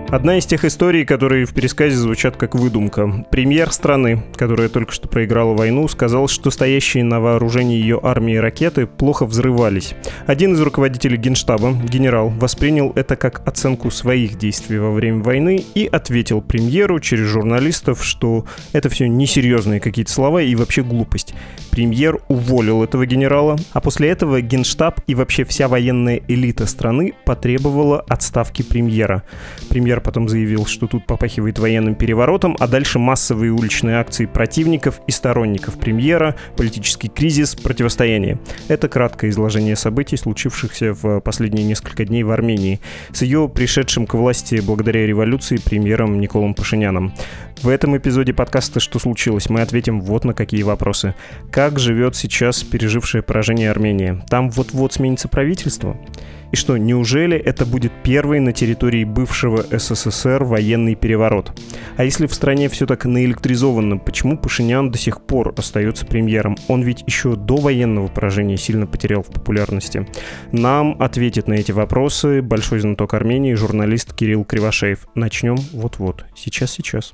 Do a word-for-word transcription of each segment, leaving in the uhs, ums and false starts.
Одна из тех историй, которые в пересказе звучат как выдумка. Премьер страны, которая только что проиграла войну, сказал, что стоящие на вооружении ее армии ракеты плохо взрывались. Один из руководителей Генштаба, генерал, воспринял это как оценку своих действий во время войны и ответил премьеру через журналистов, что это все несерьезные какие-то слова и вообще глупость. Премьер уволил этого генерала, а после этого Генштаб и вообще вся военная элита страны потребовала отставки премьера. Премьер потом заявил, что тут попахивает военным переворотом, а дальше массовые уличные акции противников и сторонников премьера, политический кризис, противостояние. Это краткое изложение событий, случившихся в последние несколько дней в Армении, с ее пришедшим к власти благодаря революции премьером Николом Пашиняном. В этом эпизоде подкаста «Что случилось?» мы ответим вот на какие вопросы. Как живет сейчас пережившее поражение Армения? Там вот-вот сменится правительство? И что, неужели это будет первый на территории бывшего СССР военный переворот? А если в стране все так наэлектризовано, почему Пашинян до сих пор остается премьером? Он ведь еще до военного поражения сильно потерял в популярности. Нам ответит на эти вопросы большой знаток Армении, журналист Кирилл Кривошеев. Начнем вот-вот. Сейчас-сейчас.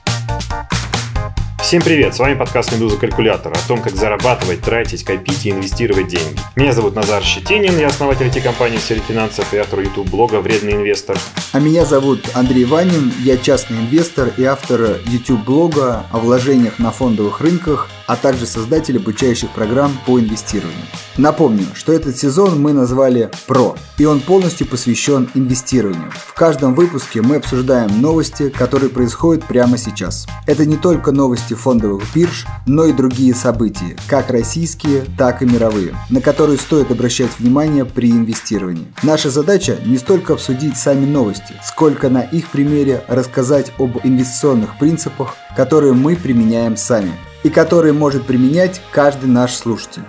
Всем привет, с вами подкаст «Медуза Калькулятор» о том, как зарабатывать, тратить, копить и инвестировать деньги. Меня зовут Назар Щетинин, я основатель ай ти-компании в сфере финансов и автор YouTube-блога «Вредный инвестор». А меня зовут Андрей Ванин, я частный инвестор и автор YouTube-блога о вложениях на фондовых рынках, а также создатель обучающих программ по инвестированию. Напомню, что этот сезон мы назвали «Про», и он полностью посвящен инвестированию. В каждом выпуске мы обсуждаем новости, которые происходят прямо сейчас. Это не только новости фондовых бирж, но и другие события, как российские, так и мировые, на которые стоит обращать внимание при инвестировании. Наша задача не столько обсудить сами новости, сколько на их примере рассказать об инвестиционных принципах, которые мы применяем сами и которые может применять каждый наш слушатель.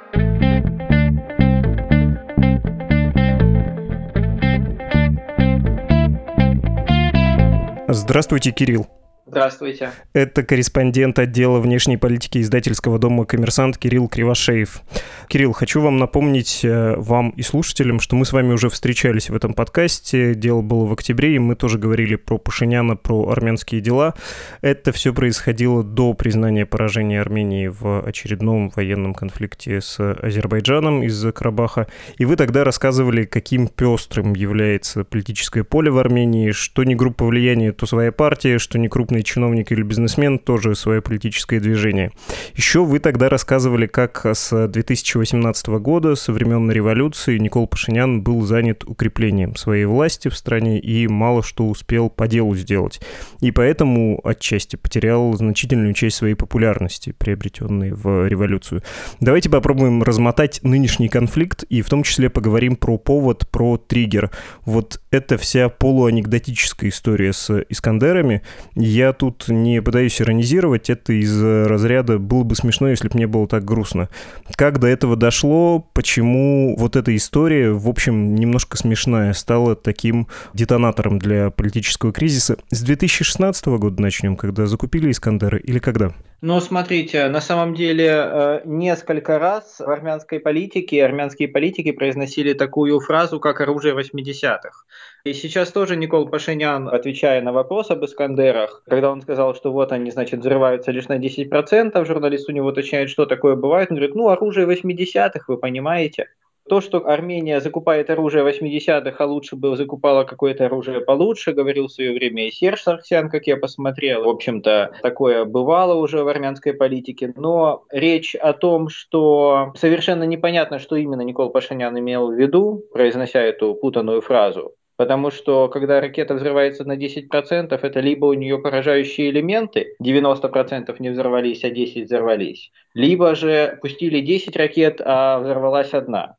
Здравствуйте, Кирилл. Здравствуйте. Это корреспондент отдела внешней политики издательского дома «Коммерсант» Кирилл Кривошеев. Кирилл, хочу вам напомнить, вам и слушателям, что мы с вами уже встречались в этом подкасте. Дело было в октябре, и мы тоже говорили про Пашиняна, про армянские дела. Это все происходило до признания поражения Армении в очередном военном конфликте с Азербайджаном из-за Карабаха. И вы тогда рассказывали, каким пестрым является политическое поле в Армении, что не группа влияния, то своя партия, что не крупный чиновник или бизнесмен, тоже свое политическое движение. Еще вы тогда рассказывали, как с две тысячи восемнадцатого года, со времен революции, Никол Пашинян был занят укреплением своей власти в стране и мало что успел по делу сделать. И поэтому отчасти потерял значительную часть своей популярности, приобретенной в революцию. Давайте попробуем размотать нынешний конфликт и в том числе поговорим про повод, про триггер. Вот эта вся полуанекдотическая история с Искандерами. Я тут не пытаюсь иронизировать, это из разряда «было бы смешно, если бы не было так грустно». Как до этого дошло, почему вот эта история, в общем, немножко смешная, стала таким детонатором для политического кризиса? С две тысячи шестнадцатого года начнем, когда закупили Искандеры, или когда? Ну, смотрите, на самом деле несколько раз в армянской политике, армянские политики произносили такую фразу, как «оружие восьмидесятых». И сейчас тоже Никол Пашинян, отвечая на вопрос об Искандерах, когда он сказал, что вот они, значит, взрываются лишь на десять процентов, журналист у него уточняет, что такое бывает, он говорит, ну, оружие восьмидесятых, вы понимаете. То, что Армения закупает оружие восьмидесятых, а лучше бы закупала какое-то оружие получше, говорил в свое время и Серж Саргсян, как я посмотрел. В общем-то, такое бывало уже в армянской политике. Но речь о том, что совершенно непонятно, что именно Никол Пашинян имел в виду, произнося эту путанную фразу. Потому что, когда ракета взрывается на десять процентов, это либо у нее поражающие элементы, девяносто процентов не взорвались, а десять взорвались, либо же пустили десять ракет, а взорвалась одна.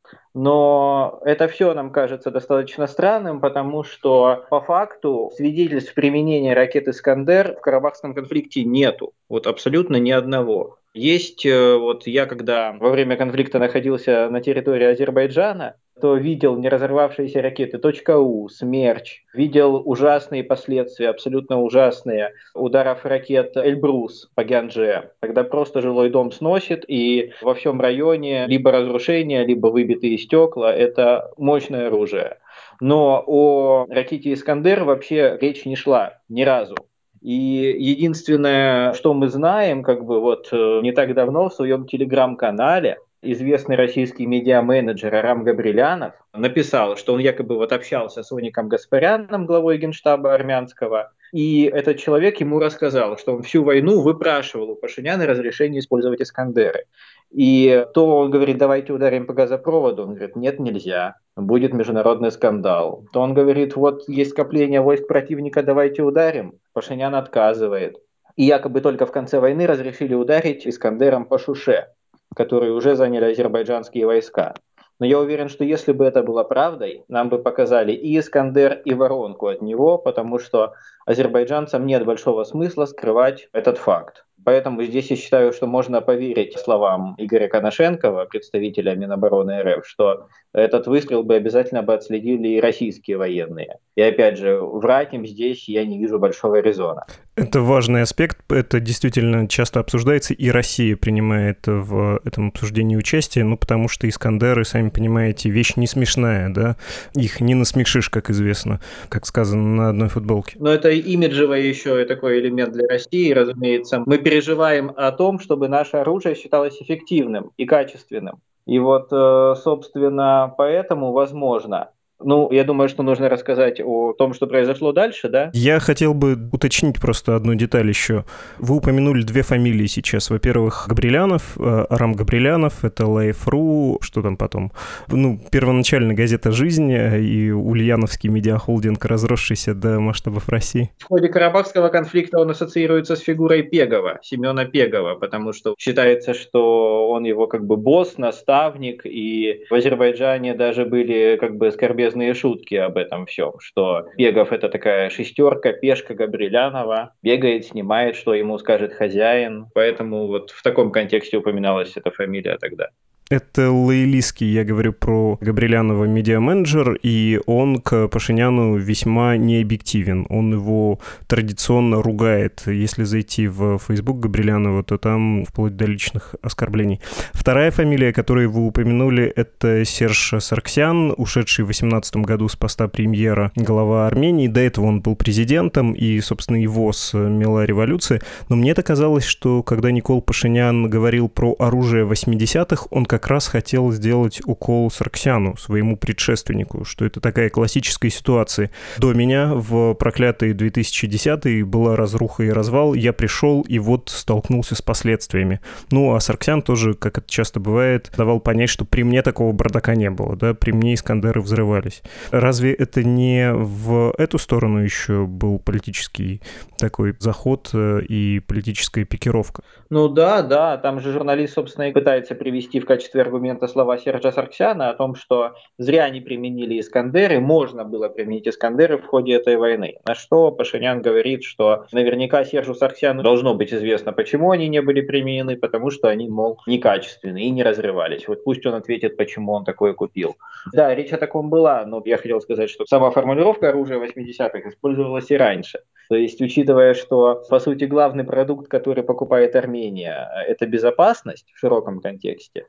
Но это все нам кажется достаточно странным, потому что по факту свидетельств применения ракет «Искандер» в Карабахском конфликте нету. Вот абсолютно ни одного. Есть, вот я когда во время конфликта находился на территории Азербайджана, то видел не разорвавшиеся ракеты .У, «Смерч», видел ужасные последствия, абсолютно ужасные, ударов ракет «Эльбрус» по Гянже. Когда просто жилой дом сносит, и во всем районе либо разрушения, либо выбитые стекла. Это мощное оружие. Но о ракете «Искандер» вообще речь не шла ни разу. И единственное, что мы знаем, как бы вот не так давно в своем телеграм-канале известный российский медиа-менеджер Арам Габрилянов написал, что он якобы вот общался с Оником Гаспаряном, главой Генштаба армянского, и этот человек ему рассказал, что он всю войну выпрашивал у Пашиняна разрешение использовать «Искандеры». И то он говорит, давайте ударим по газопроводу, он говорит, нет, нельзя, будет международный скандал. То он говорит, вот есть скопление войск противника, давайте ударим. Пашинян отказывает. И якобы только в конце войны разрешили ударить «Искандером» по Шуше, которые уже заняли азербайджанские войска. Но я уверен, что если бы это было правдой, нам бы показали и «Искандер», и воронку от него, потому что азербайджанцам нет большого смысла скрывать этот факт. Поэтому здесь я считаю, что можно поверить словам Игоря Коношенкова, представителя Минобороны РФ, что этот выстрел бы обязательно бы отследили и российские военные. И опять же, врать им здесь я не вижу большого резона. Это важный аспект, это действительно часто обсуждается, и Россия принимает в этом обсуждении участие, ну, потому что «Искандеры», сами понимаете, вещь не смешная, да, их не насмешишь, как известно, как сказано на одной футболке. Но это имиджевый еще такой элемент для России, разумеется. Мы переживаем о том, чтобы наше оружие считалось эффективным и качественным. И вот, собственно, поэтому, возможно, ну, я думаю, что нужно рассказать о том, что произошло дальше, да? Я хотел бы уточнить просто одну деталь еще. Вы упомянули две фамилии сейчас. Во-первых, Габрилянов, Арам Габрилянов, это Life.ru, что там потом? Ну, первоначально газета «Жизнь» и ульяновский медиахолдинг, разросшийся до масштабов России. В ходе Карабахского конфликта он ассоциируется с фигурой Пегова, Семена Пегова, потому что считается, что он его как бы босс, наставник, и в Азербайджане даже были как бы скорбезные шутки об этом всем, что Пегов — это такая шестерка, пешка Габрилянова, бегает, снимает, что ему скажет хозяин, поэтому вот в таком контексте упоминалась эта фамилия тогда. Это Лаилийский, я говорю про Габрилянова, медиа-менеджер, и он к Пашиняну весьма необъективен. Он его традиционно ругает. Если зайти в Facebook Габрилянова, то там вплоть до личных оскорблений. Вторая фамилия, которую вы упомянули, это Серж Саргсян, ушедший в две тысячи восемнадцатом году с поста премьера, глава Армении. До этого он был президентом, и, собственно, его смела революция. Но мне-то казалось, что когда Никол Пашинян говорил про оружие восьмидесятых, он как как раз хотел сделать укол Саргсяну, своему предшественнику, что это такая классическая ситуация. До меня в проклятые две тысячи десятые была разруха и развал, я пришел и вот столкнулся с последствиями. Ну, а Саргсян тоже, как это часто бывает, давал понять, что при мне такого бардака не было, да, при мне Искандеры взрывались. Разве это не в эту сторону еще был политический такой заход и политическая пикировка? Ну да, да, там же журналист, собственно, и пытается привести в качестве аргумента слова Сержа Саргсяна о том, что зря не применили Искандеры, можно было применить Искандеры в ходе этой войны. На что Пашинян говорит, что наверняка Сержу Саргсяну должно быть известно, почему они не были применены, потому что они, мол, некачественные и не разрывались. Вот пусть он ответит, почему он такое купил. Да, речь о таком была, но я хотел сказать, что сама формулировка оружия восьмидесятых использовалась и раньше. То есть, учитывая, что, по сути, главный продукт, который покупает Армения, это безопасность в широком контексте,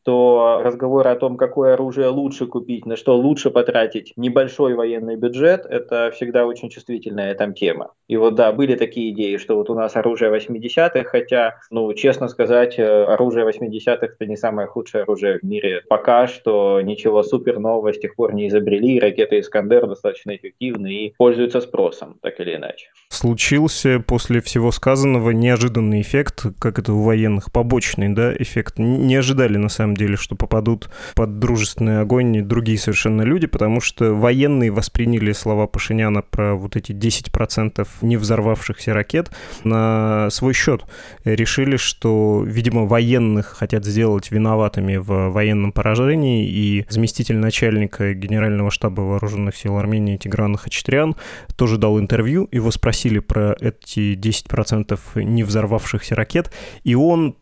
то разговор о том, какое оружие лучше купить, на что лучше потратить небольшой военный бюджет, это всегда очень чувствительная там тема. И вот да, были такие идеи, что вот у нас оружие восьмидесятых, хотя, ну, честно сказать, оружие восьмидесятых это не самое худшее оружие в мире. Пока что ничего супер нового с тех пор не изобрели, ракеты Искандер достаточно эффективны и пользуются спросом, так или иначе. Случился после всего сказанного неожиданный эффект, как это у военных, побочный, да, эффект. Не ожидали на самом деле, что попадут под дружественный огонь другие совершенно люди, потому что военные восприняли слова Пашиняна про вот эти десять процентов не взорвавшихся ракет на свой счет. Решили, что, видимо, военных хотят сделать виноватыми в военном поражении, и заместитель начальника Генерального штаба Вооруженных сил Армении Тигран Хачатрян тоже дал интервью, его спросили про эти десять процентов не взорвавшихся ракет, и он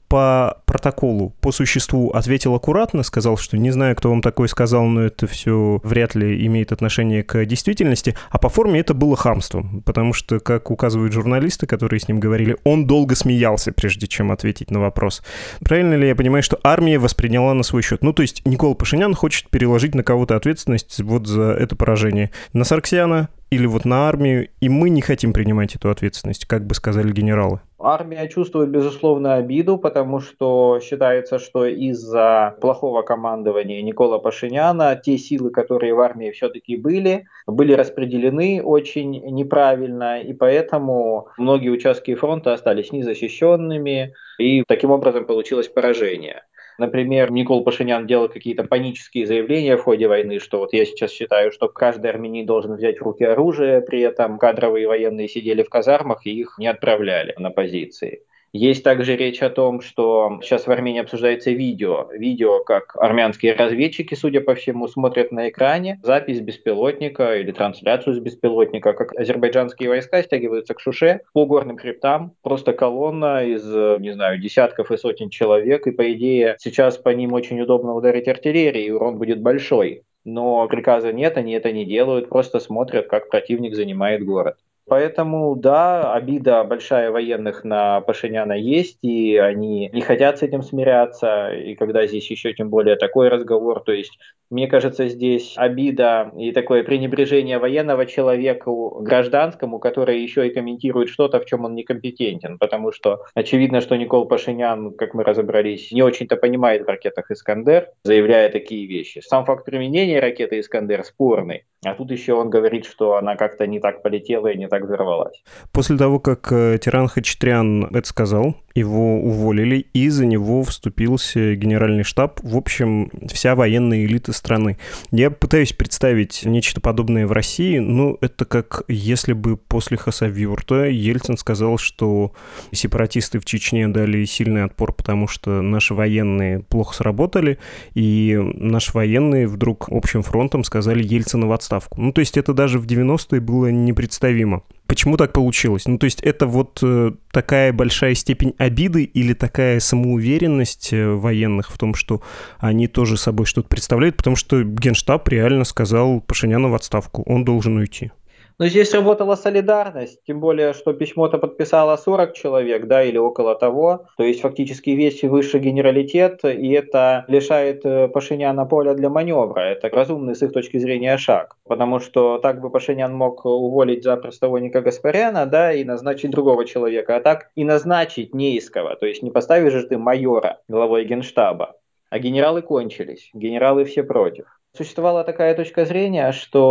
по протоколу, по существу ответил аккуратно, сказал, что не знаю, кто вам такое сказал, но это все вряд ли имеет отношение к действительности, а по форме это было хамством, потому что, как указывают журналисты, которые с ним говорили, он долго смеялся, прежде чем ответить на вопрос. Правильно ли я понимаю, что армия восприняла на свой счет? Ну, то есть Никола Пашинян хочет переложить на кого-то ответственность вот за это поражение. На Сарксяна или вот на армию, и мы не хотим принимать эту ответственность, как бы сказали генералы. Армия чувствует, безусловно, обиду, потому что считается, что из-за плохого командования Никола Пашиняна те силы, которые в армии все-таки были, были распределены очень неправильно, и поэтому многие участки фронта остались незащищенными, и таким образом получилось поражение. Например, Никола Пашинян делал какие-то панические заявления в ходе войны, что вот я сейчас считаю, что каждый армянин должен взять в руки оружие, при этом кадровые военные сидели в казармах и их не отправляли на позиции. Есть также речь о том, что сейчас в Армении обсуждается видео. Видео, как армянские разведчики, судя по всему, смотрят на экране запись беспилотника или трансляцию с беспилотника, как азербайджанские войска стягиваются к Шуше по горным хребтам. Просто колонна из, не знаю, десятков и сотен человек. И, по идее, сейчас по ним очень удобно ударить артиллерией, и урон будет большой. Но приказа нет, они это не делают, просто смотрят, как противник занимает город. Поэтому, да, обида большая военных на Пашиняна есть, и они не хотят с этим смиряться, и когда здесь еще тем более такой разговор, то есть, мне кажется, здесь обида и такое пренебрежение военного человеку гражданскому, который еще и комментирует что-то, в чем он некомпетентен, потому что очевидно, что Никола Пашинян, как мы разобрались, не очень-то понимает в ракетах «Искандер», заявляя такие вещи. Сам факт применения ракеты «Искандер» спорный, а тут еще он говорит, что она как-то не так полетела и не так взорвалась. После того, как Тиран Хачатрян это сказал, его уволили, и за него вступился генеральный штаб, в общем, вся военная элита страны. Я пытаюсь представить нечто подобное в России, но это как если бы после Хасавюрта Ельцин сказал, что сепаратисты в Чечне дали сильный отпор, потому что наши военные плохо сработали, и наши военные вдруг общим фронтом сказали Ельцина в отставку. Ну, то есть это даже в девяностые было непредставимо. Почему так получилось? Ну, то есть это вот э, такая большая степень обиды или такая самоуверенность э, военных в том, что они тоже собой что-то представляют, потому что Генштаб реально сказал Пашиняну в отставку, он должен уйти. Но здесь работала солидарность, тем более, что письмо-то подписало сорок человек, да, или около того, то есть фактически весь высший генералитет, и это лишает Пашиняна поля для маневра, это разумный с их точки зрения шаг, потому что так бы Пашинян мог уволить запросто Воника Гаспаряна, да, и назначить другого человека, а так и назначить неиского, то есть не поставишь же ты майора главой Генштаба, а генералы кончились, генералы все против. Существовала такая точка зрения,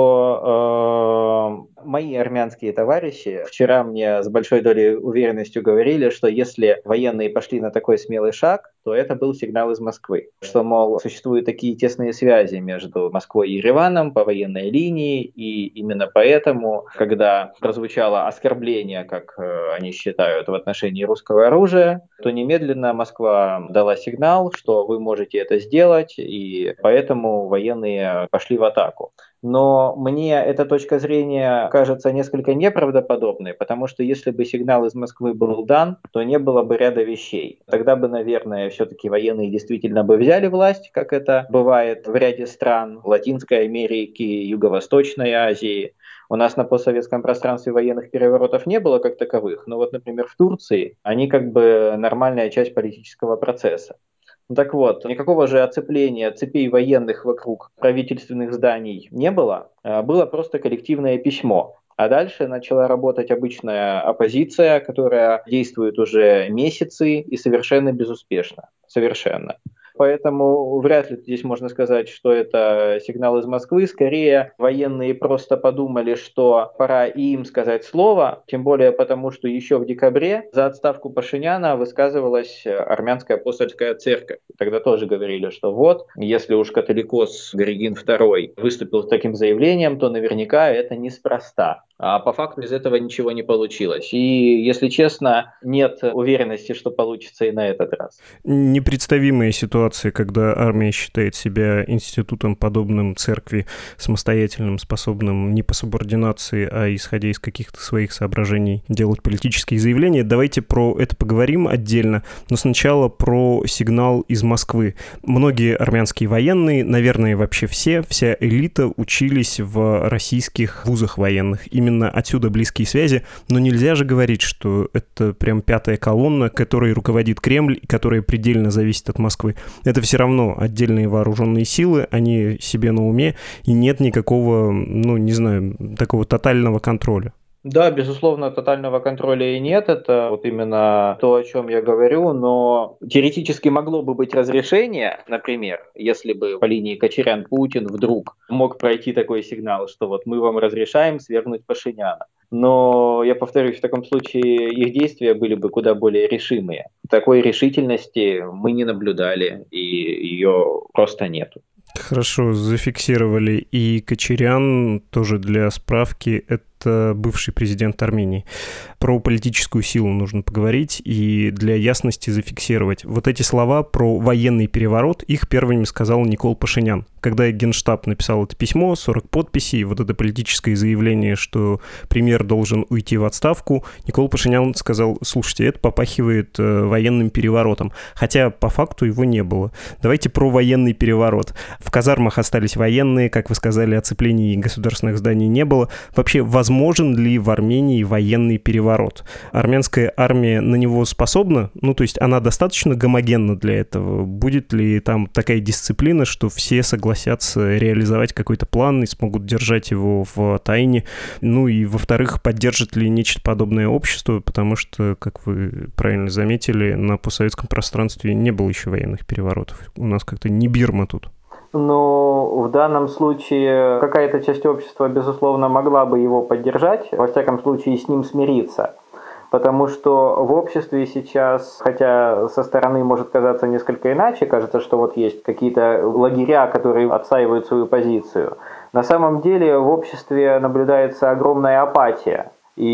что э, мои армянские товарищи вчера мне с большой долей уверенностью говорили, что если военные пошли на такой смелый шаг, то это был сигнал из Москвы. Что, мол, существуют такие тесные связи между Москвой и Ереваном по военной линии, и именно поэтому, когда прозвучало оскорбление, как э, они считают, в отношении русского оружия, то немедленно Москва дала сигнал, что вы можете это сделать, и поэтому военные пошли в атаку. Но мне эта точка зрения кажется несколько неправдоподобной, потому что если бы сигнал из Москвы был дан, то не было бы ряда вещей. Тогда бы, наверное, все-таки военные действительно бы взяли власть, как это бывает в ряде стран Латинской Америки, Юго-Восточной Азии. У нас на постсоветском пространстве военных переворотов не было как таковых, но вот, например, в Турции они как бы нормальная часть политического процесса. Ну так вот, никакого же оцепления цепей военных вокруг правительственных зданий не было, было просто коллективное письмо. А дальше начала работать обычная оппозиция, которая действует уже месяцы и совершенно безуспешно. Совершенно. Поэтому вряд ли здесь можно сказать, что это сигнал из Москвы. Скорее, военные просто подумали, что пора и им сказать слово, тем более потому, что еще в декабре за отставку Пашиняна высказывалась армянская апостольская церковь. Тогда тоже говорили, что вот, если уж католикос Горегин второй выступил с таким заявлением, то наверняка это неспроста. А по факту из этого ничего не получилось. И, если честно, нет уверенности, что получится и на этот раз. Непредставимая ситуация, когда армия считает себя институтом, подобным церкви, самостоятельным, способным не по субординации, а исходя из каких-то своих соображений делать политические заявления. Давайте про это поговорим отдельно, но сначала про сигнал из Москвы. Многие армянские военные, наверное, вообще все, вся элита учились в российских вузах военных. Именно отсюда близкие связи, но нельзя же говорить, что это прям пятая колонна, которой руководит Кремль и которая предельно зависит от Москвы. Это все равно отдельные вооруженные силы, они себе на уме, и нет никакого, ну, не знаю, такого тотального контроля. Да, безусловно, тотального контроля и нет, это вот именно то, о чем я говорю, но теоретически могло бы быть разрешение, например, если бы по линии Кочарян-Путин вдруг мог пройти такой сигнал, что вот мы вам разрешаем свергнуть Пашиняна. Но, я повторюсь, в таком случае их действия были бы куда более решимые. Такой решительности мы не наблюдали, и ее просто нету. Хорошо, зафиксировали. И Кочарян, тоже для справки, это бывший президент Армении. Про политическую силу нужно поговорить и для ясности зафиксировать. Вот эти слова про военный переворот, их первыми сказал Никол Пашинян. Когда Генштаб написал это письмо, сорок подписей, вот это политическое заявление, что премьер должен уйти в отставку, Никол Пашинян сказал: слушайте, это попахивает э, военным переворотом. Хотя по факту его не было. Давайте про военный переворот. В казармах остались военные, как вы сказали, оцеплений государственных зданий не было. Вообще, возможен ли в Армении военный переворот? Армянская армия на него способна? Ну, то есть она достаточно гомогенна для этого? Будет ли там такая дисциплина, что все согласятся реализовать какой-то план и смогут держать его в тайне? Ну и, во-вторых, поддержит ли нечто подобное общество? Потому что, как вы правильно заметили, на постсоветском пространстве не было еще военных переворотов. У нас как-то не Бирма тут. Ну, в данном случае какая-то часть общества, безусловно, могла бы его поддержать, во всяком случае с ним смириться. Потому что в обществе сейчас, хотя со стороны может казаться несколько иначе, кажется, что вот есть какие-то лагеря, которые отстаивают свою позицию. На самом деле в обществе наблюдается огромная апатия.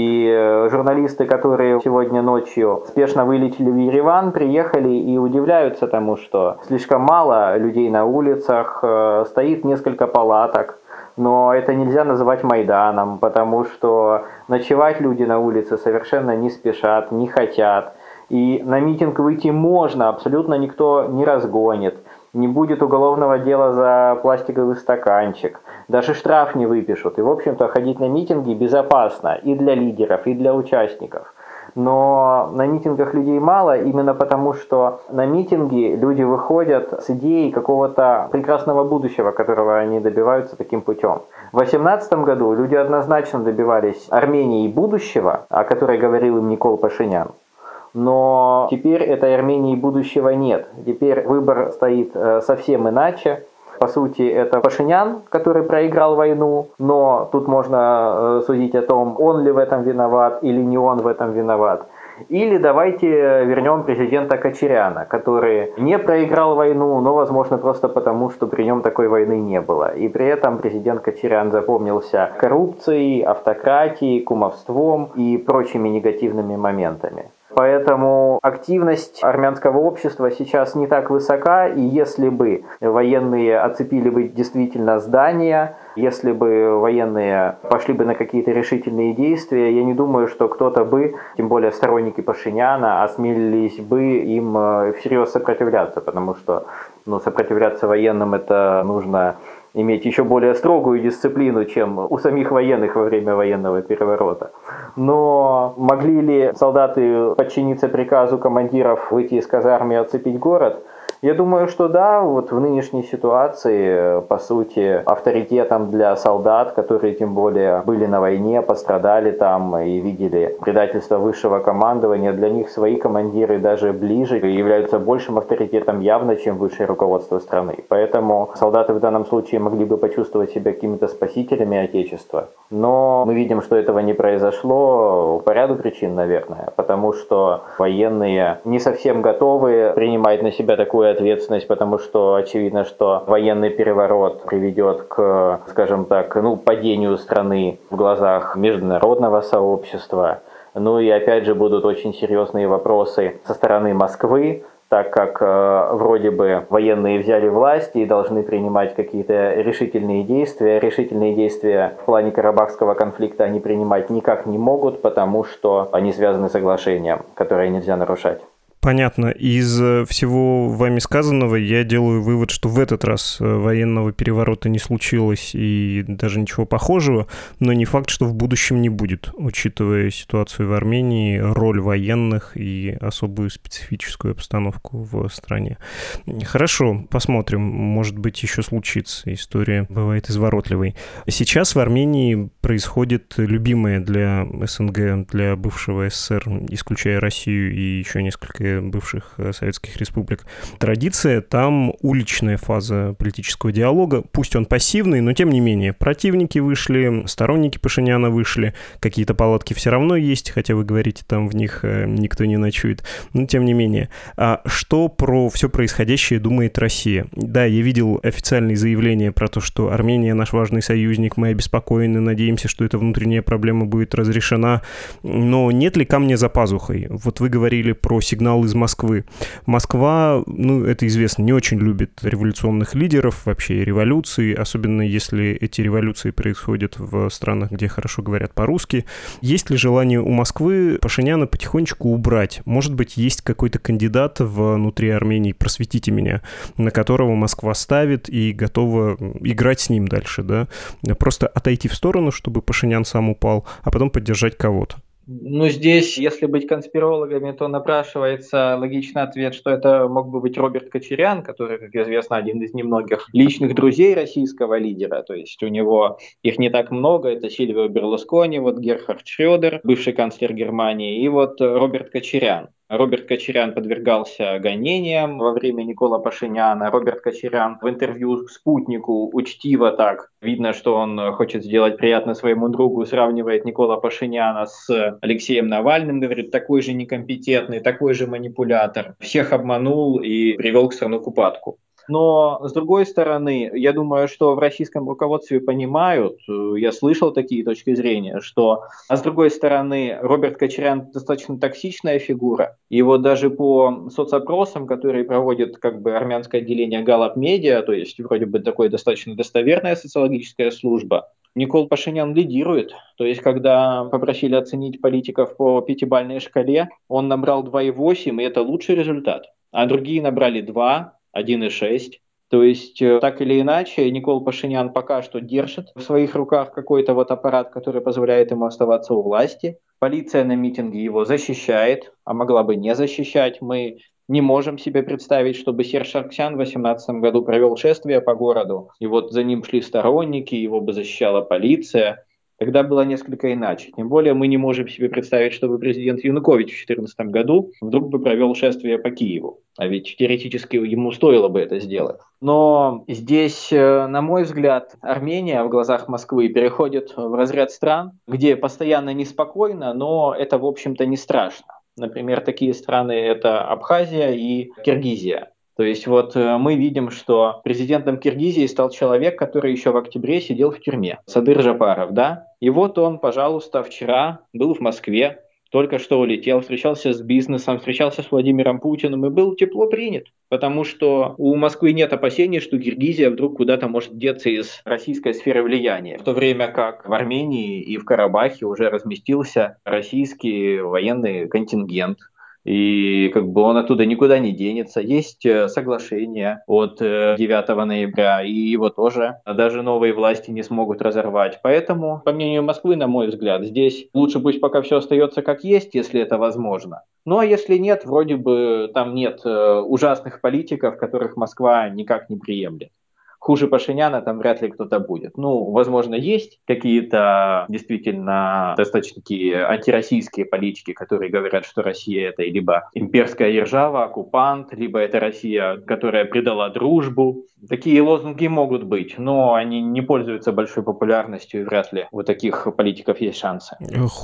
И журналисты, которые сегодня ночью спешно вылетели в Ереван, приехали и удивляются тому, что слишком мало людей на улицах, стоит несколько палаток. Но это нельзя называть Майданом, потому что ночевать люди на улице совершенно не спешат, не хотят. И на митинг выйти можно, абсолютно никто не разгонит. Не будет уголовного дела за пластиковый стаканчик. Даже штраф не выпишут. И, в общем-то, ходить на митинги безопасно и для лидеров, и для участников. Но на митингах людей мало именно потому, что на митинги люди выходят с идеей какого-то прекрасного будущего, которого они добиваются таким путем. В две тысячи восемнадцатом году люди однозначно добивались Армении будущего, о которой говорил им Никол Пашинян. Но теперь этой Армении будущего нет. Теперь выбор стоит совсем иначе. По сути, это Пашинян, который проиграл войну, но тут можно судить о том, он ли в этом виноват или не он в этом виноват. Или давайте вернем президента Кочаряна, который не проиграл войну, но, возможно, просто потому, что при нем такой войны не было. И при этом президент Кочарян запомнился коррупцией, автократией, кумовством и прочими негативными моментами. Поэтому активность армянского общества сейчас не так высока, и если бы военные оцепили бы действительно здания, если бы военные пошли бы на какие-то решительные действия, я не думаю, что кто-то бы, тем более сторонники Пашиняна, осмелились бы им всерьез сопротивляться, потому что ну, сопротивляться военным это нужно иметь еще более строгую дисциплину, чем у самих военных во время военного переворота. Но могли ли солдаты подчиниться приказу командиров выйти из казармы и оцепить город? Я думаю, что да, вот в нынешней ситуации, по сути, авторитетом для солдат, которые тем более были на войне, пострадали там и видели предательство высшего командования, для них свои командиры даже ближе и являются большим авторитетом явно, чем высшее руководство страны. Поэтому солдаты в данном случае могли бы почувствовать себя какими-то спасителями Отечества. Но мы видим, что этого не произошло по ряду причин, наверное, потому что военные не совсем готовы принимать на себя такую свою ответственность, потому что очевидно, что военный переворот приведет к, скажем так, ну, падению страны в глазах международного сообщества. Ну и опять же будут очень серьезные вопросы со стороны Москвы, так как э, вроде бы военные взяли власть и должны принимать какие-то решительные действия. Решительные действия в плане Карабахского конфликта они принимать никак не могут, потому что они связаны с соглашением, которое нельзя нарушать. Понятно. Из всего вами сказанного я делаю вывод, что в этот раз военного переворота не случилось и даже ничего похожего, но не факт, что в будущем не будет, учитывая ситуацию в Армении, роль военных и особую специфическую обстановку в стране. Хорошо, посмотрим. Может быть, еще случится. История бывает изворотливой. Сейчас в Армении происходит любимое для СНГ, для бывшего СССР, исключая Россию и еще несколько бывших советских республик, традиция, там уличная фаза политического диалога, пусть он пассивный, но тем не менее, противники вышли, сторонники Пашиняна вышли, какие-то палатки все равно есть, хотя вы говорите, там в них никто не ночует, но тем не менее. А что про все происходящее думает Россия? Да, я видел официальные заявления про то, что Армения наш важный союзник, мы обеспокоены, надеемся, что эта внутренняя проблема будет разрешена, но нет ли камня за пазухой? Вот вы говорили про сигнал из Москвы. Москва, ну, это известно, не очень любит революционных лидеров, вообще революции, особенно если эти революции происходят в странах, где хорошо говорят по-русски. Есть ли желание у Москвы Пашиняна потихонечку убрать? Может быть, есть какой-то кандидат внутри Армении, просветите меня, на которого Москва ставит и готова играть с ним дальше, да? Просто отойти в сторону, чтобы Пашинян сам упал, а потом поддержать кого-то. Ну, здесь, если быть конспирологами, то напрашивается логичный ответ, что это мог бы быть Роберт Кочарян, который, как известно, один из немногих личных друзей российского лидера. То есть у него их не так много. Это Сильвио Берлускони, вот Герхард Шрёдер, бывший канцлер Германии, и вот Роберт Кочарян. Роберт Кочарян подвергался гонениям во время Никола Пашиняна. Роберт Кочарян в интервью «Спутнику» учтиво так, видно, что он хочет сделать приятно своему другу, сравнивает Никола Пашиняна с Алексеем Навальным, говорит, такой же некомпетентный, такой же манипулятор. Всех обманул и привел к страну к упадку. Но, с другой стороны, я думаю, что в российском руководстве понимают, я слышал такие точки зрения, что, а с другой стороны, Роберт Кочарян достаточно токсичная фигура, и вот даже по соцопросам, которые проводит как бы армянское отделение Gallup Media, то есть вроде бы такое достаточно достоверная социологическая служба, Никол Пашинян лидирует. То есть, когда попросили оценить политиков по пятибалльной шкале, он набрал два и восемь, и это лучший результат, а другие набрали два, один и шесть. То есть, так или иначе, Никол Пашинян пока что держит в своих руках какой-то вот аппарат, который позволяет ему оставаться у власти. Полиция на митинге его защищает, а могла бы не защищать. Мы не можем себе представить, чтобы Серж Саргсян в две тысячи восемнадцатом году провел шествие по городу, и вот за ним шли сторонники, его бы защищала полиция. Тогда было несколько иначе. Тем более мы не можем себе представить, чтобы президент Янукович в две тысячи четырнадцатом году вдруг бы провел шествие по Киеву. А ведь теоретически ему стоило бы это сделать. Но здесь, на мой взгляд, Армения в глазах Москвы переходит в разряд стран, где постоянно неспокойно, но это, в общем-то, не страшно. Например, такие страны — это Абхазия и Киргизия. То есть вот мы видим, что президентом Киргизии стал человек, который еще в октябре сидел в тюрьме. Садыр Жапаров, да? И вот он, пожалуйста, вчера был в Москве, только что улетел, встречался с бизнесом, встречался с Владимиром Путиным и был тепло принят. Потому что у Москвы нет опасений, что Киргизия вдруг куда-то может деться из российской сферы влияния. В то время как в Армении и в Карабахе уже разместился российский военный контингент. И как бы он оттуда никуда не денется. Есть соглашение от девятого ноября, и его тоже даже новые власти не смогут разорвать. Поэтому, по мнению Москвы, на мой взгляд, здесь лучше пусть пока все остается как есть, если это возможно. Ну а если нет, вроде бы там нет ужасных политиков, которых Москва никак не приемлет. хуже Пашиняна там вряд ли кто-то будет. Ну, возможно, есть какие-то действительно достаточно такие антироссийские политики, которые говорят, что Россия это либо имперская держава, оккупант, либо это Россия, которая предала дружбу. Такие лозунги могут быть, но они не пользуются большой популярностью, и вряд ли у таких политиков есть шансы.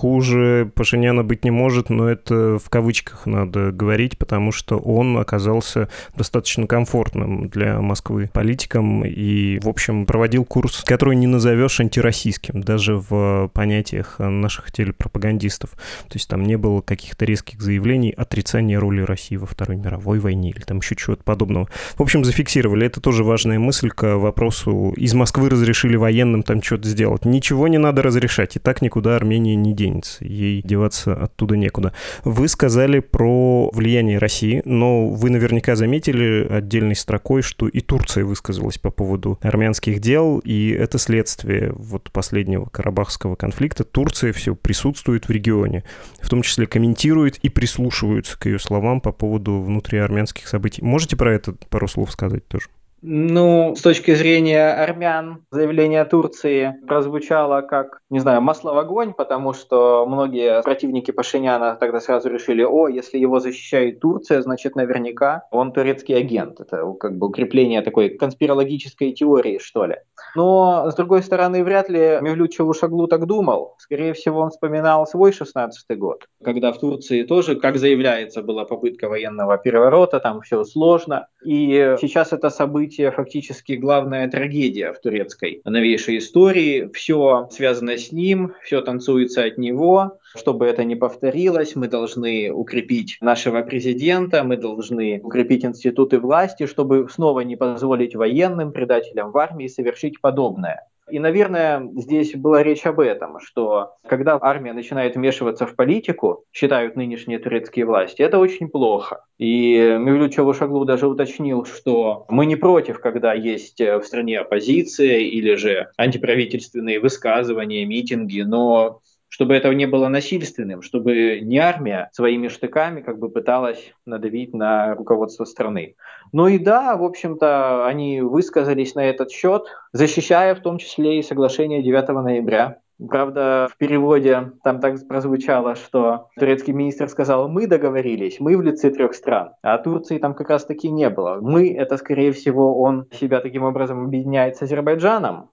Хуже Пашиняна быть не может, но это в кавычках надо говорить, потому что он оказался достаточно комфортным для Москвы политиком и, в общем, проводил курс, который не назовешь антироссийским, даже в понятиях наших телепропагандистов. То есть там не было каких-то резких заявлений отрицания роли России во Второй мировой войне или там еще чего-то подобного. В общем, зафиксировали. Это тоже важная мысль к вопросу. Из Москвы разрешили военным там что-то сделать. Ничего не надо разрешать. И так никуда Армения не денется. Ей деваться оттуда некуда. Вы сказали про влияние России, но вы наверняка заметили отдельной строкой, что и Турция высказалась по поводу армянских дел, и это следствие вот последнего карабахского конфликта. Турция все присутствует в регионе, в том числе комментирует и прислушиваются к ее словам по поводу внутриармянских событий. Можете про это пару слов сказать тоже? Ну, с точки зрения армян, заявление Турции прозвучало как, не знаю, масло в огонь, потому что многие противники Пашиняна тогда сразу решили: о, если его защищает Турция, значит, наверняка он турецкий агент. Это как бы укрепление такой конспирологической теории, что ли. Но, с другой стороны, вряд ли Мевлют Чавушоглу так думал. Скорее всего, он вспоминал свой шестнадцатый год, когда в Турции тоже, как заявляется, была попытка военного переворота, там все сложно. И сейчас это событие фактически главная трагедия в турецкой новейшей истории. Все связано с ним, все танцуется от него. Чтобы это не повторилось, мы должны укрепить нашего президента, мы должны укрепить институты власти, чтобы снова не позволить военным, предателям в армии совершить подобное. И, наверное, здесь была речь об этом, что когда армия начинает вмешиваться в политику, считают нынешние турецкие власти, это очень плохо. И Мевлют Чавушоглу даже уточнил, что мы не против, когда есть в стране оппозиция или же антиправительственные высказывания, митинги, но чтобы этого не было насильственным, чтобы не армия своими штыками как бы пыталась надавить на руководство страны. Ну и да, в общем-то, они высказались на этот счет, защищая в том числе и соглашение девятого ноября. Правда, в переводе там так прозвучало, что турецкий министр сказал: мы договорились, мы в лице трех стран, а Турции там как раз таки не было. Мы, это скорее всего он себя таким образом объединяет с Азербайджаном.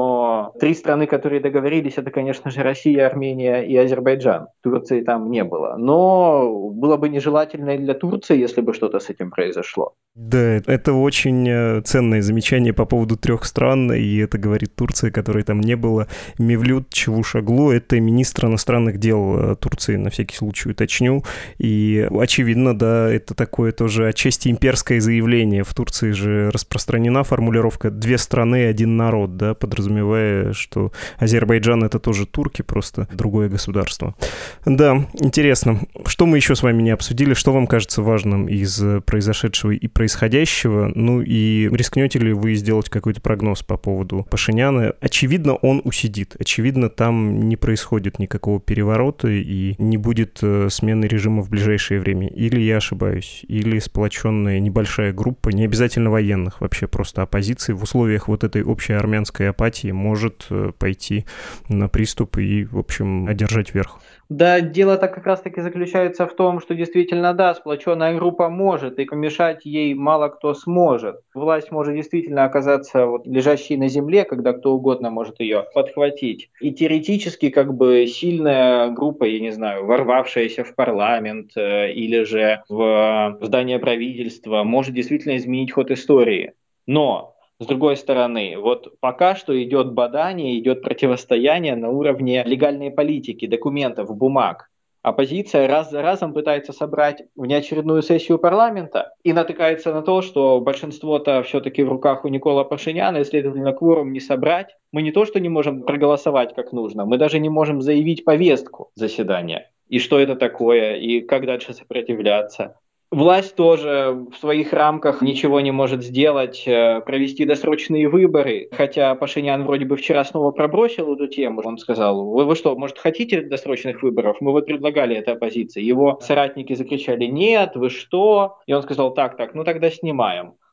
Но три страны, которые договорились, это, конечно же, Россия, Армения и Азербайджан. Турции там не было. Но было бы нежелательно и для Турции, если бы что-то с этим произошло. Да, это очень ценное замечание по поводу трех стран, и это говорит Турция, которой там не было. Мевлют Чавушоглу — это министр иностранных дел Турции, на всякий случай уточню. И, очевидно, да, это такое тоже отчасти имперское заявление. В Турции же распространена формулировка «две страны, один народ», да, подразумевая, что Азербайджан — это тоже турки, просто другое государство. Да, интересно. Что мы еще с вами не обсудили? Что вам кажется важным из произошедшего и происходящего? Ну и рискнете ли вы сделать какой-то прогноз по поводу Пашиняна? Очевидно, он усидит. Очевидно, там не происходит никакого переворота и не будет смены режима в ближайшее время. Или я ошибаюсь? Или сплоченная небольшая группа, не обязательно военных, вообще просто оппозиции в условиях вот этой общей армянской апатии может пойти на приступ и, в общем, одержать верх? Да, дело-то как раз-таки заключается в том, что действительно, да, сплоченная группа может, и помешать ей мало кто сможет. Власть может действительно оказаться вот лежащей на земле, когда кто угодно может ее подхватить. И теоретически, как бы, сильная группа, я не знаю, ворвавшаяся в парламент э, или же в здание правительства, может действительно изменить ход истории. Но с другой стороны, вот пока что идет бадание, идет противостояние на уровне легальной политики, документов, бумаг. Оппозиция раз за разом пытается собрать внеочередную сессию парламента и натыкается на то, что большинство-то все-таки в руках у Никола Пашиняна, и, следовательно, кворум не собрать. Мы не то что не можем проголосовать как нужно, мы даже не можем заявить повестку заседания. И что это такое, и как дальше сопротивляться. Власть тоже в своих рамках ничего не может сделать, провести досрочные выборы, хотя Пашинян вроде бы вчера снова пробросил эту тему. Он сказал: вы, вы что, может, хотите досрочных выборов? Мы вот предлагали это оппозиции. Его соратники закричали: нет, вы что? И он сказал: так, так, ну тогда снимаем.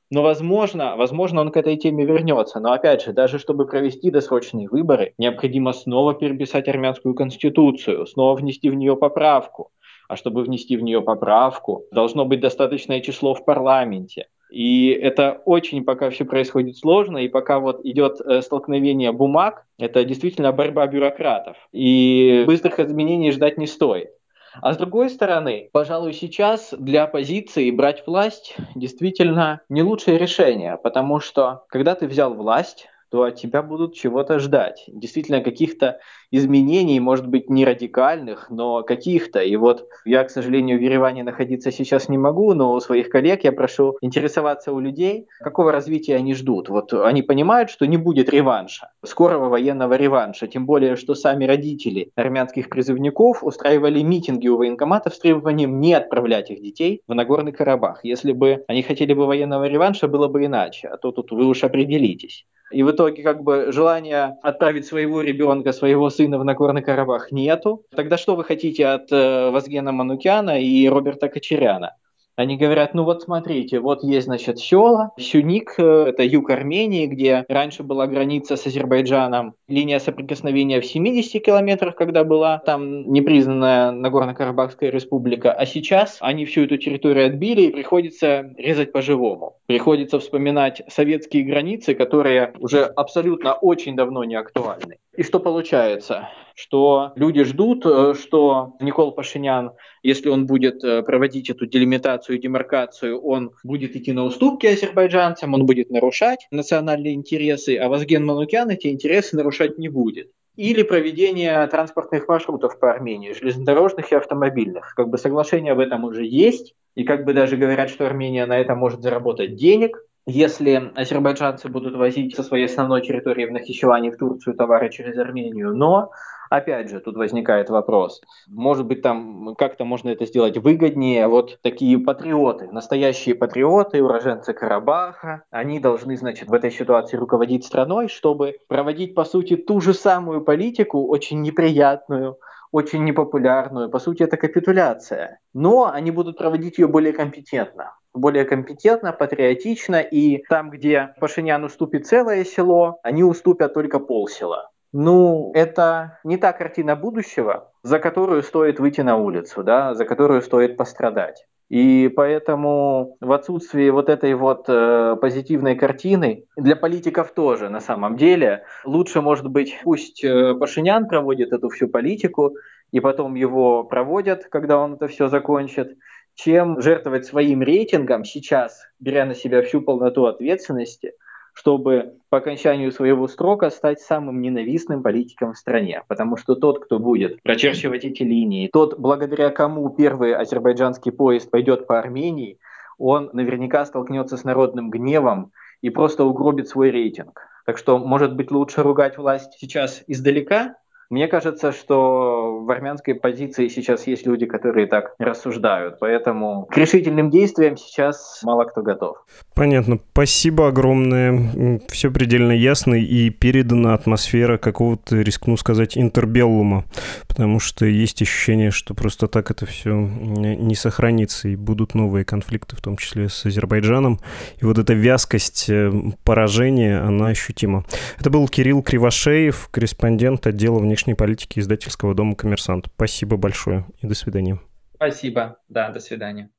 Но, возможно, возможно, он к этой теме вернется. Но, опять же, даже чтобы провести досрочные выборы, необходимо снова переписать армянскую конституцию, снова внести в нее поправку. А чтобы внести в нее поправку, должно быть достаточное число в парламенте. И это очень пока все происходит сложно, и пока вот идет столкновение бумаг, это действительно борьба бюрократов. И быстрых изменений ждать не стоит. А с другой стороны, пожалуй, сейчас для оппозиции брать власть действительно не лучшее решение, потому что когда ты взял власть, то от тебя будут чего-то ждать. Действительно, каких-то изменений, может быть, не радикальных, но каких-то. И вот я, к сожалению, в Ереване находиться сейчас не могу, но у своих коллег я прошу интересоваться у людей, какого развития они ждут. Вот они понимают, что не будет реванша, скорого военного реванша, тем более, что сами родители армянских призывников устраивали митинги у военкоматов с требованием не отправлять их детей в Нагорный Карабах. Если бы они хотели бы военного реванша, было бы иначе, а то тут вы уж определитесь. И в итоге как бы желания отправить своего ребенка, своего сына в Нагорный Карабах нету. Тогда что вы хотите от э, Вазгена Манукяна и Роберта Кочаряна? Они говорят, ну вот смотрите, вот есть, значит, села, Сюник, это юг Армении, где раньше была граница с Азербайджаном, линия соприкосновения в семидесяти километрах, когда была там непризнанная Нагорно-Карабахская республика, а сейчас они всю эту территорию отбили и приходится резать по-живому. Приходится вспоминать советские границы, которые уже абсолютно очень давно не актуальны. И что получается? Что люди ждут, что Никол Пашинян, если он будет проводить эту делимитацию и демаркацию, он будет идти на уступки азербайджанцам, он будет нарушать национальные интересы, а Вазген Манукян эти интересы нарушать не будет. Или проведение транспортных маршрутов по Армении, железнодорожных и автомобильных. Как бы соглашение об этом уже есть, и как бы даже говорят, что Армения на этом может заработать денег. Если азербайджанцы будут возить со своей основной территории в Нахичеване в Турцию товары через Армению, но, опять же, тут возникает вопрос, может быть, там как-то можно это сделать выгоднее. Вот такие патриоты, настоящие патриоты, уроженцы Карабаха, они должны, значит, в этой ситуации руководить страной, чтобы проводить, по сути, ту же самую политику, очень неприятную, очень непопулярную. По сути, это капитуляция. Но они будут проводить ее более компетентно. более компетентно, патриотично, и там, где Пашинян уступит целое село, они уступят только полсела. Ну, это не та картина будущего, за которую стоит выйти на улицу, да, за которую стоит пострадать. И поэтому в отсутствии вот этой вот э, позитивной картины, для политиков тоже на самом деле, лучше, может быть, пусть э, Пашинян проводит эту всю политику, и потом его проводят, когда он это все закончит, чем жертвовать своим рейтингом сейчас, беря на себя всю полноту ответственности, чтобы по окончанию своего срока стать самым ненавистным политиком в стране. Потому что тот, кто будет прочерчивать эти линии, тот, благодаря кому первый азербайджанский поезд пойдет по Армении, он наверняка столкнется с народным гневом и просто угробит свой рейтинг. Так что, может быть, лучше ругать власть сейчас издалека? Мне кажется, что в армянской позиции сейчас есть люди, которые так рассуждают, поэтому к решительным действиям сейчас мало кто готов. Понятно. Спасибо огромное. Все предельно ясно и передана атмосфера какого-то, рискну сказать, интербеллума, потому что есть ощущение, что просто так это все не сохранится, и будут новые конфликты, в том числе с Азербайджаном. И вот эта вязкость поражения, она ощутима. Это был Кирилл Кривошеев, корреспондент отдела внешней политики издательского дома «Коммерсант». Спасибо большое и до свидания. Спасибо. Да, до свидания.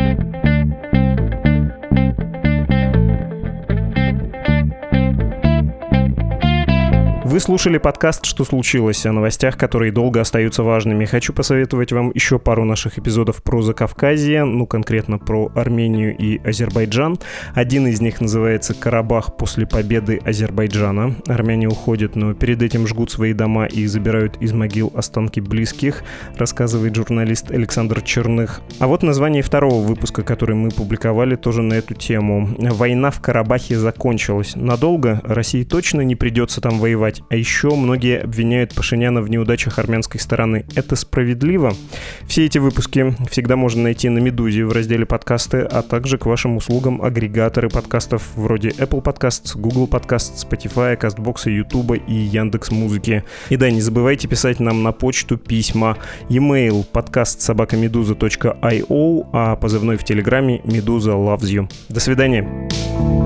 Вы слушали подкаст «Что случилось?» о новостях, которые долго остаются важными. Хочу посоветовать вам еще пару наших эпизодов про Закавказье, ну конкретно про Армению и Азербайджан. Один из них называется «Карабах после победы Азербайджана». Армяне уходят, но перед этим жгут свои дома и забирают из могил останки близких, рассказывает журналист Александр Черных. А вот название второго выпуска, который мы публиковали, тоже на эту тему. «Война в Карабахе закончилась. Надолго? России точно не придется там воевать? продолжать. А еще многие обвиняют Пашиняна в неудачах армянской стороны. Это справедливо? Все эти выпуски всегда можно найти на «Медузе» в разделе «Подкасты», а также к вашим услугам агрегаторы подкастов вроде Apple Podcasts, Google Podcasts, Spotify, CastBox, YouTube и Яндекс.Музыки. И да, не забывайте писать нам на почту письма. E-mail подкаст собака медуза точка ай о, а позывной в Телеграме «Медуза loves you». До свидания.